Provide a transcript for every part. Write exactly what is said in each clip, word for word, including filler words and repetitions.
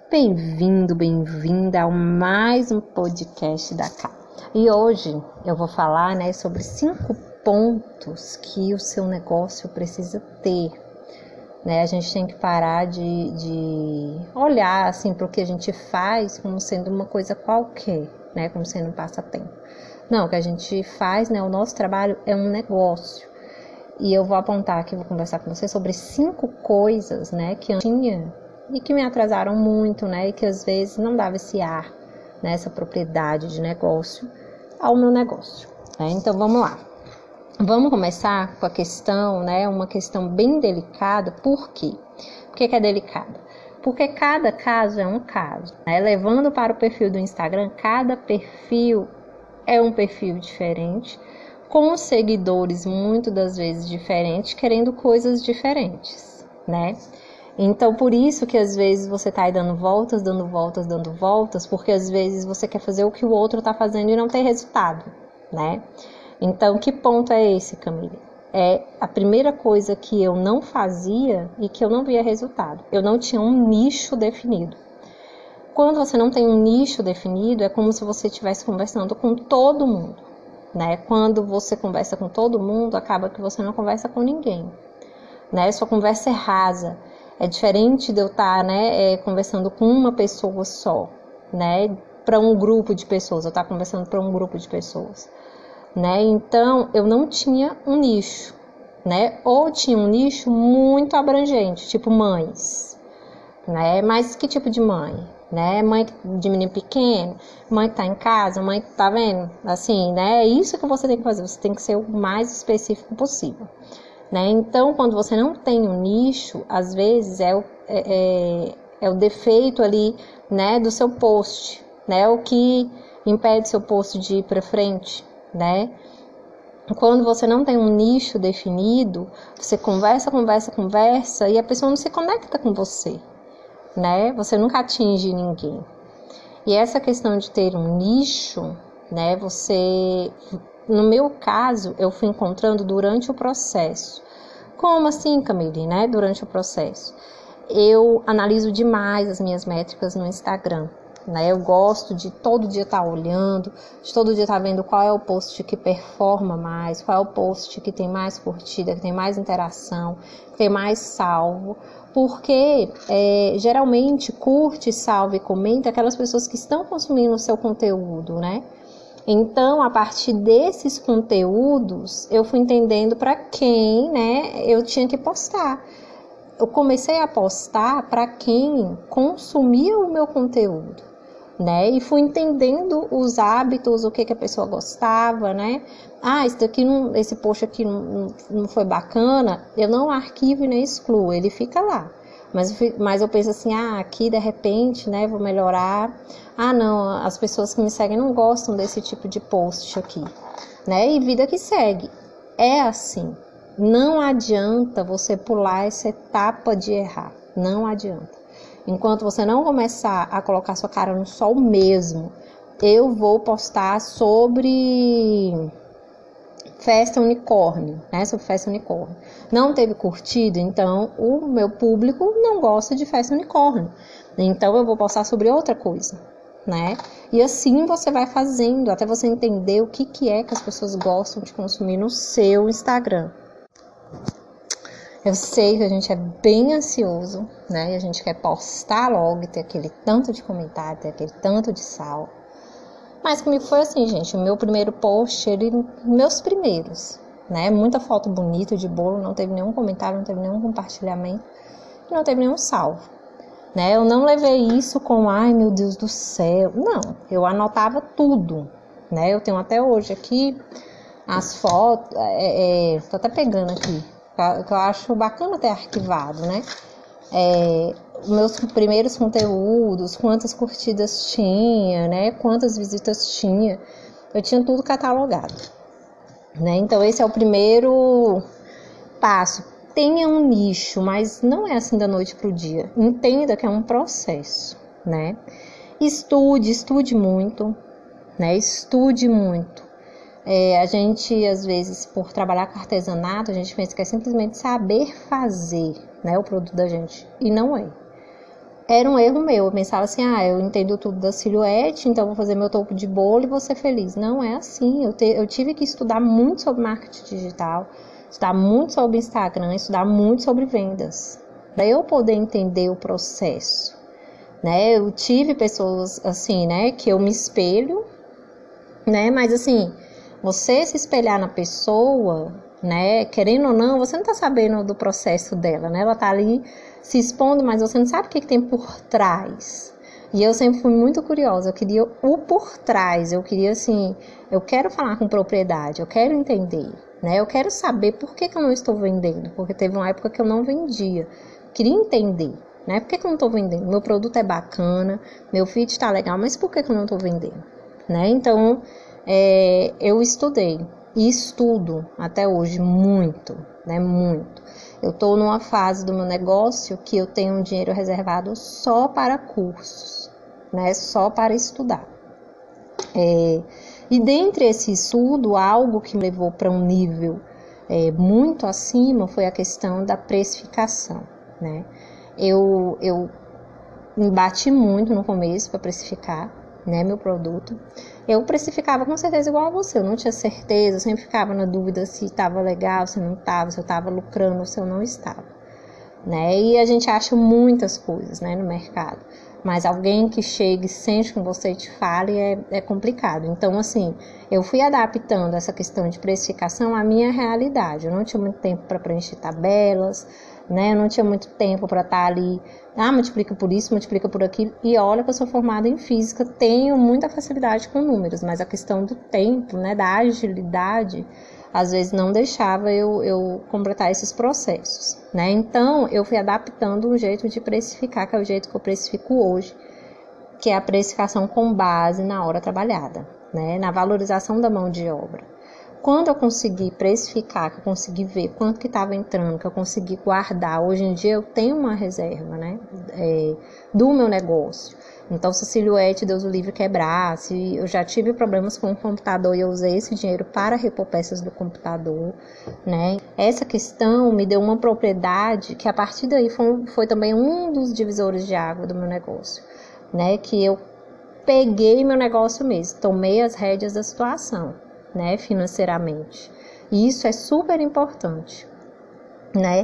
Bem-vindo, bem-vinda a mais um podcast da Cá. E hoje eu vou falar, né, sobre cinco pontos que o seu negócio precisa ter. Né? A gente tem que parar de, de olhar assim, para o que a gente faz como sendo uma coisa qualquer, né, como sendo um passatempo. Não, o que a gente faz, né, o nosso trabalho é um negócio. E eu vou apontar aqui, vou conversar com você sobre cinco coisas, né, que eu tinha e que me atrasaram muito, né, e que às vezes não dava esse ar, né, essa propriedade de negócio ao meu negócio. Né? Então vamos lá. Vamos começar com a questão, né, uma questão bem delicada. Por quê? Por que que é delicada? Porque cada caso é um caso. Né? Levando para o perfil do Instagram, cada perfil é um perfil diferente, com seguidores muitas das vezes diferentes, querendo coisas diferentes, né? Então, por isso que às vezes você tá aí dando voltas, dando voltas, dando voltas, porque às vezes você quer fazer o que o outro tá fazendo e não tem resultado, né? Então, que ponto é esse, Camille? É a primeira coisa que eu não fazia e que eu não via resultado. Eu não tinha um nicho definido. Quando você não tem um nicho definido, é como se você estivesse conversando com todo mundo, né? Quando você conversa com todo mundo, acaba que você não conversa com ninguém, né? Sua conversa é rasa. É diferente de eu estar, né, é, conversando com uma pessoa só, né? Para um grupo de pessoas, eu estar conversando para um grupo de pessoas, né? Então, eu não tinha um nicho, né? Ou tinha um nicho muito abrangente, tipo mães, né? Mas que tipo de mãe? Né? Mãe de menino pequeno, mãe que tá em casa, mãe que tá vendo, assim, né? É isso que você tem que fazer, você tem que ser o mais específico possível, né? Então, quando você não tem um nicho, às vezes é o, é, é o defeito ali, né, do seu post, né? O que impede seu post de ir para frente, né? Quando você não tem um nicho definido, você conversa, conversa, conversa e a pessoa não se conecta com você, né? Você nunca atinge ninguém. E essa questão de ter um nicho, né? Você, no meu caso, eu fui encontrando durante o processo. Como assim, Camille, né? Durante o processo, eu analiso demais as minhas métricas no Instagram, né? Eu gosto de todo dia estar olhando, de todo dia estar vendo qual é o post que performa mais, qual é o post que tem mais curtida, que tem mais interação, que tem mais salvo. Porque é, geralmente curte, salva e comenta aquelas pessoas que estão consumindo o seu conteúdo, né? Então, a partir desses conteúdos, eu fui entendendo para quem, né, eu tinha que postar. Eu comecei a postar para quem consumia o meu conteúdo, né? E fui entendendo os hábitos, o que, que a pessoa gostava, né? Ah, esse daqui não, esse post aqui não, não foi bacana, eu não arquivo e nem excluo, ele fica lá. Mas, mas eu penso assim, ah, aqui de repente, né, vou melhorar. Ah, não, as pessoas que me seguem não gostam desse tipo de post aqui, né? E vida que segue. É assim. Não adianta você pular essa etapa de errar. Não adianta. Enquanto você não começar a colocar sua cara no sol mesmo, eu vou postar sobre festa unicórnio, né? Sobre festa unicórnio. Não teve curtida, então o meu público não gosta de festa unicórnio. Então eu vou postar sobre outra coisa, né? E assim você vai fazendo até você entender o que, que é que as pessoas gostam de consumir no seu Instagram. Eu sei que a gente é bem ansioso, né? E a gente quer postar logo, ter aquele tanto de comentário, ter aquele tanto de sal. Mas comigo foi assim, gente. O meu primeiro post, ele, meus primeiros, né? Muita foto bonita de bolo, não teve nenhum comentário, não teve nenhum compartilhamento, não teve nenhum salvo, né? Eu não levei isso com, ai meu Deus do céu. Não, eu anotava tudo, né? Eu tenho até hoje aqui as fotos, é, é, tô até pegando aqui, que eu acho bacana ter arquivado, né? É, meus primeiros conteúdos, quantas curtidas tinha, né? Quantas visitas tinha, eu tinha tudo catalogado, né? Então esse é o primeiro passo. Tenha um nicho, mas não é assim da noite pro dia. Entenda que é um processo, né? Estude, estude muito, né? Estude muito. É, a gente, às vezes, por trabalhar com artesanato, a gente pensa que é simplesmente saber fazer, né, o produto da gente. E não é. era um erro meu. Eu pensava assim, ah, eu entendo tudo da silhuete, então vou fazer meu topo de bolo e vou ser feliz. Não é assim. Eu, te, eu tive que estudar muito sobre marketing digital, estudar muito sobre Instagram, estudar muito sobre vendas, para eu poder entender o processo, né? Eu tive pessoas assim, né, que eu me espelho, né? Mas assim, você se espelhar na pessoa, né? Querendo ou não, você não tá sabendo do processo dela, né? Ela tá ali se expondo, mas você não sabe o que, que tem por trás. E eu sempre fui muito curiosa, eu queria o por trás, eu queria assim, eu quero falar com propriedade, eu quero entender, né? Eu quero saber por que, que eu não estou vendendo, porque teve uma época que eu não vendia, eu queria entender, né? Por que, que eu não estou vendendo? Meu produto é bacana, meu feed tá legal, mas por que, que eu não estou vendendo, né? Então, é, eu estudei e estudo até hoje muito, né? Muito. Eu estou numa fase do meu negócio que eu tenho um dinheiro reservado só para cursos, né? Só para estudar. É, e dentre esse estudo, algo que me levou para um nível é, muito acima foi a questão da precificação, né? Eu, eu me bati muito no começo para precificar, né, meu produto. Eu precificava com certeza igual a você, eu não tinha certeza, eu sempre ficava na dúvida se estava legal, se não estava, se eu estava lucrando ou se eu não estava, né? E a gente acha muitas coisas, né, no mercado, mas alguém que chegue, sente com você e te fale é, é complicado. Então, assim, eu fui adaptando essa questão de precificação à minha realidade. Eu não tinha muito tempo para preencher tabelas, né? Eu não tinha muito tempo para estar ali, ah, multiplica por isso, multiplica por aquilo. E olha que eu sou formada em física, tenho muita facilidade com números, mas a questão do tempo, né, da agilidade, às vezes não deixava eu, eu completar esses processos, né? Então, eu fui adaptando um jeito de precificar, que é o jeito que eu precifico hoje, que é a precificação com base na hora trabalhada, né? Na valorização da mão de obra. Quando eu consegui precificar, que eu consegui ver quanto que estava entrando, que eu consegui guardar, hoje em dia eu tenho uma reserva, né, é, do meu negócio. Então, se a silhuete, Deus o livre, quebrasse, eu já tive problemas com o computador e eu usei esse dinheiro para repor peças do computador, né. Essa questão me deu uma propriedade que a partir daí foi, foi também um dos divisores de água do meu negócio, né, que eu peguei meu negócio mesmo, tomei as rédeas da situação, né, financeiramente. E isso é super importante, né?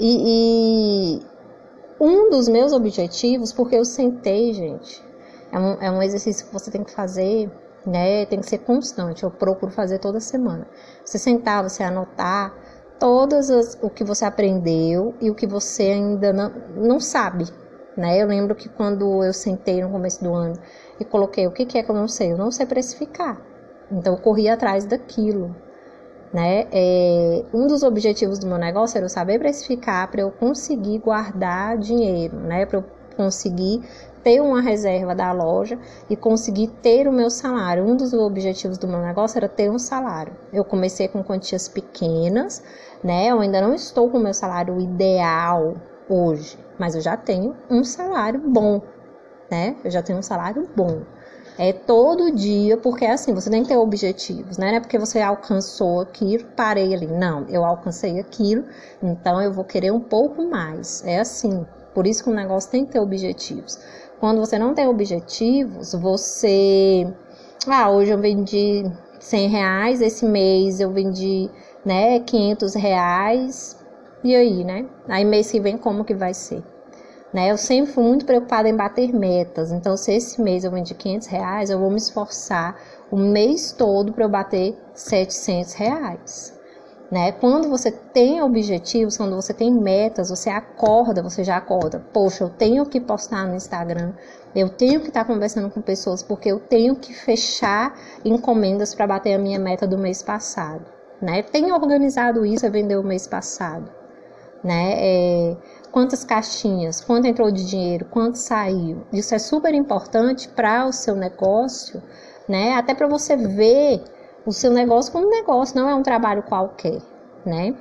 E, e um dos meus objetivos, porque eu sentei, gente, é um, é um exercício que você tem que fazer, né? Tem que ser constante. Eu procuro fazer toda semana. Você sentar, você anotar todas as, o que você aprendeu e o que você ainda não, não sabe, né? Eu lembro que quando eu sentei no começo do ano e coloquei o que, que é que eu não sei, eu não sei precificar. Então, eu corri atrás daquilo, né? É, um dos objetivos do meu negócio era eu saber precificar para eu conseguir guardar dinheiro, né? Para eu conseguir ter uma reserva da loja e conseguir ter o meu salário. Um dos objetivos do meu negócio era ter um salário. Eu comecei com quantias pequenas, né? Eu ainda não estou com o meu salário ideal hoje, mas eu já tenho um salário bom, né? Eu já tenho um salário bom. É todo dia, porque é assim, você tem que ter objetivos, né? Não é porque você alcançou aquilo, parei ali. Não, eu alcancei aquilo, então eu vou querer um pouco mais. É assim, por isso que o negócio tem que ter objetivos. Quando você não tem objetivos, você... Ah, hoje eu vendi cem reais, esse mês eu vendi, né, quinhentos reais, e aí, né? Aí mês que vem como que vai ser? Né, eu sempre fui muito preocupada em bater metas, então se esse mês eu vendi quinhentos reais, eu vou me esforçar o mês todo para eu bater setecentos reais. Né? Quando você tem objetivos, quando você tem metas, você acorda, você já acorda. Poxa, eu tenho que postar no Instagram, eu tenho que estar conversando com pessoas, porque eu tenho que fechar encomendas para bater a minha meta do mês passado. Né? Tenho organizado isso, a vender o mês passado. Né? É, quantas caixinhas, quanto entrou de dinheiro, quanto saiu. Isso é super importante para o seu negócio, né? Até para você ver o seu negócio como negócio, não é um trabalho qualquer, né?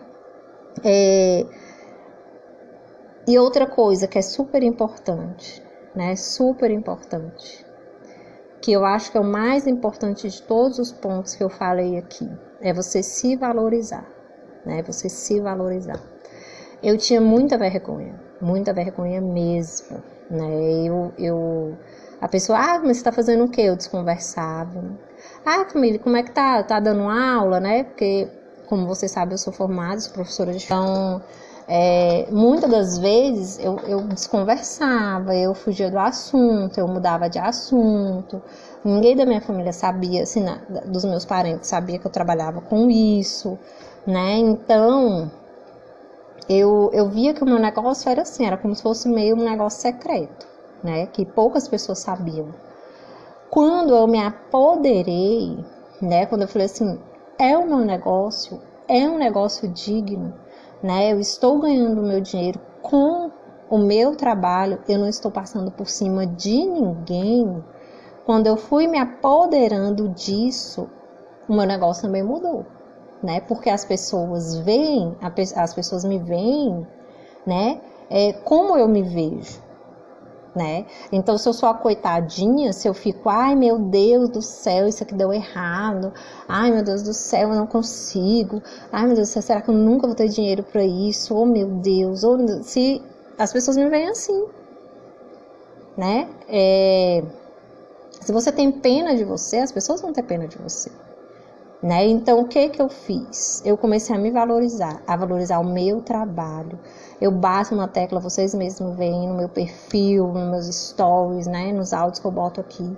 É, e outra coisa que é super importante, né? Super importante, que eu acho que é o mais importante de todos os pontos que eu falei aqui, é você se valorizar, né? Você se valorizar. Eu tinha muita vergonha, muita vergonha mesmo, né? Eu, eu, a pessoa, ah, mas você tá fazendo o quê? Eu desconversava. Ah, Camille, como é que tá? Tá dando aula, né? Porque, como você sabe, eu sou formada, sou professora de... Então, é, muitas das vezes eu, eu desconversava, eu fugia do assunto, eu mudava de assunto. Ninguém da minha família sabia, assim, na, dos meus parentes, sabia que eu trabalhava com isso, né? Então, eu, eu via que o meu negócio era assim, era como se fosse meio um negócio secreto, né? Que poucas pessoas sabiam. Quando eu me apoderei, né? Quando eu falei assim, é o meu negócio, é um negócio digno, né? Eu estou ganhando o meu dinheiro com o meu trabalho, eu não estou passando por cima de ninguém. Quando eu fui me apoderando disso, o meu negócio também mudou, né? Porque as pessoas veem, as pessoas me veem, né? É, como eu me vejo, né? Então, se eu sou a coitadinha, se eu fico, ai meu Deus do céu, isso aqui deu errado, ai meu Deus do céu, eu não consigo, ai meu Deus do céu, será que eu nunca vou ter dinheiro para isso? Oh meu Deus, oh, se as pessoas me veem assim, né? É, se você tem pena de você, as pessoas vão ter pena de você. Né? Então, o que que eu fiz? Eu comecei a me valorizar, a valorizar o meu trabalho. Eu bato na tecla, vocês mesmos veem no meu perfil, nos meus stories, né? Nos áudios que eu boto aqui,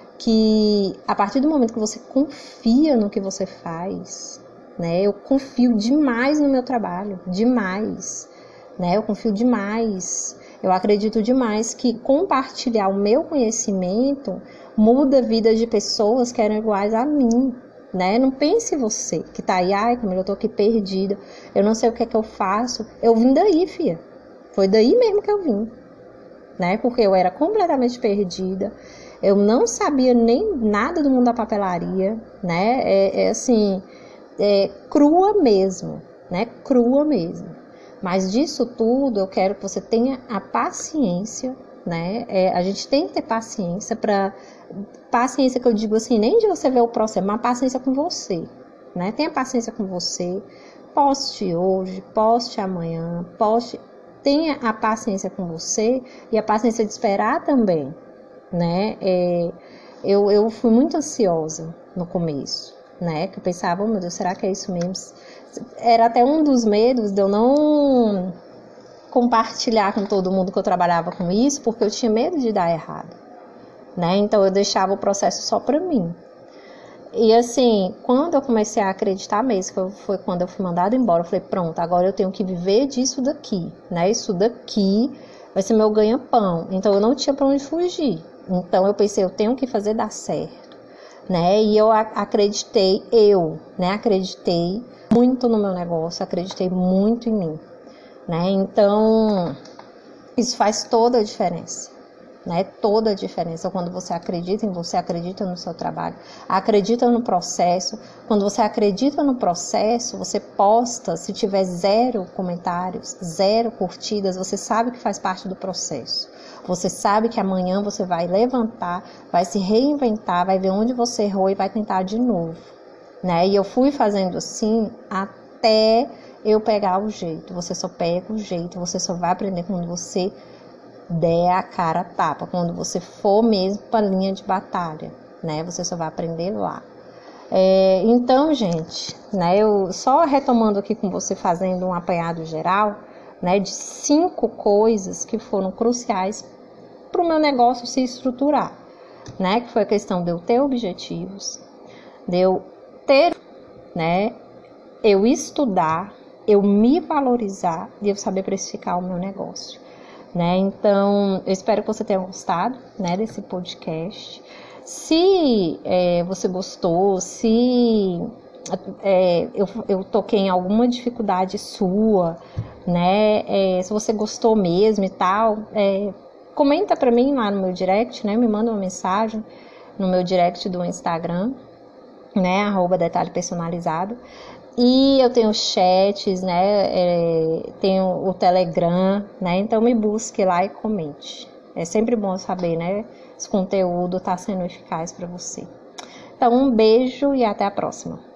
que a partir do momento que você confia no que você faz, né? Eu confio demais no meu trabalho, demais, né? Eu confio demais. Eu acredito demais que compartilhar o meu conhecimento muda a vida de pessoas que eram iguais a mim. Né? Não pense você que tá aí, ai, como eu tô aqui perdida, eu não sei o que é que eu faço. Eu vim daí, filha. Foi daí mesmo que eu vim, né? Porque eu era completamente perdida. Eu não sabia nem nada do mundo da papelaria, né? É, é assim, é crua mesmo, né? Crua mesmo. Mas disso tudo, eu quero que você tenha a paciência, né? É, a gente tem que ter paciência para... Paciência que eu digo assim, nem de você ver o processo, mas paciência com você, né? Tenha paciência com você. Poste hoje, poste amanhã, poste... Tenha a paciência com você e a paciência de esperar também, né? É, eu, eu fui muito ansiosa no começo, né? Que eu pensava, oh, meu Deus, será que é isso mesmo? Era até um dos medos de eu não compartilhar com todo mundo que eu trabalhava com isso, porque eu tinha medo de dar errado, né? Então eu deixava o processo só para mim. E assim, quando eu comecei a acreditar mesmo, que foi quando eu fui mandada embora, eu falei, pronto, agora eu tenho que viver disso daqui, né? Isso daqui vai ser meu ganha-pão. Então eu não tinha para onde fugir. Então eu pensei, eu tenho que fazer dar certo, né? E eu acreditei, eu, né? Acreditei muito no meu negócio, acreditei muito em mim, né? Então isso faz toda a diferença. Né, toda a diferença quando você acredita em você, acredita no seu trabalho, acredita no processo. Quando você acredita no processo, você posta, se tiver zero comentários, zero curtidas, você sabe que faz parte do processo. Você sabe que amanhã você vai levantar, vai se reinventar, vai ver onde você errou e vai tentar de novo, né? E eu fui fazendo assim até eu pegar o jeito. Você só pega o jeito, você só vai aprender quando você der a cara a tapa, quando você for mesmo para a linha de batalha, né? Você só vai aprender lá. É, então, gente, né? Eu só retomando aqui com você, fazendo um apanhado geral, né? De cinco coisas que foram cruciais para o meu negócio se estruturar, né? Que foi a questão de eu ter objetivos, de eu ter, né? Eu estudar, eu me valorizar e eu saber precificar o meu negócio. Né? Então, eu espero que você tenha gostado, né, desse podcast. Se é, você gostou, se é, eu, eu toquei em alguma dificuldade sua, né, é, se você gostou mesmo e tal, é, comenta pra mim lá no meu direct, né, me manda uma mensagem no meu direct do Instagram, né, arroba detalhe personalizado. E eu tenho chats, né, é, tenho o Telegram, né, então me busque lá e comente. É sempre bom saber, né, se o conteúdo está sendo eficaz para você. Então, um beijo e até a próxima.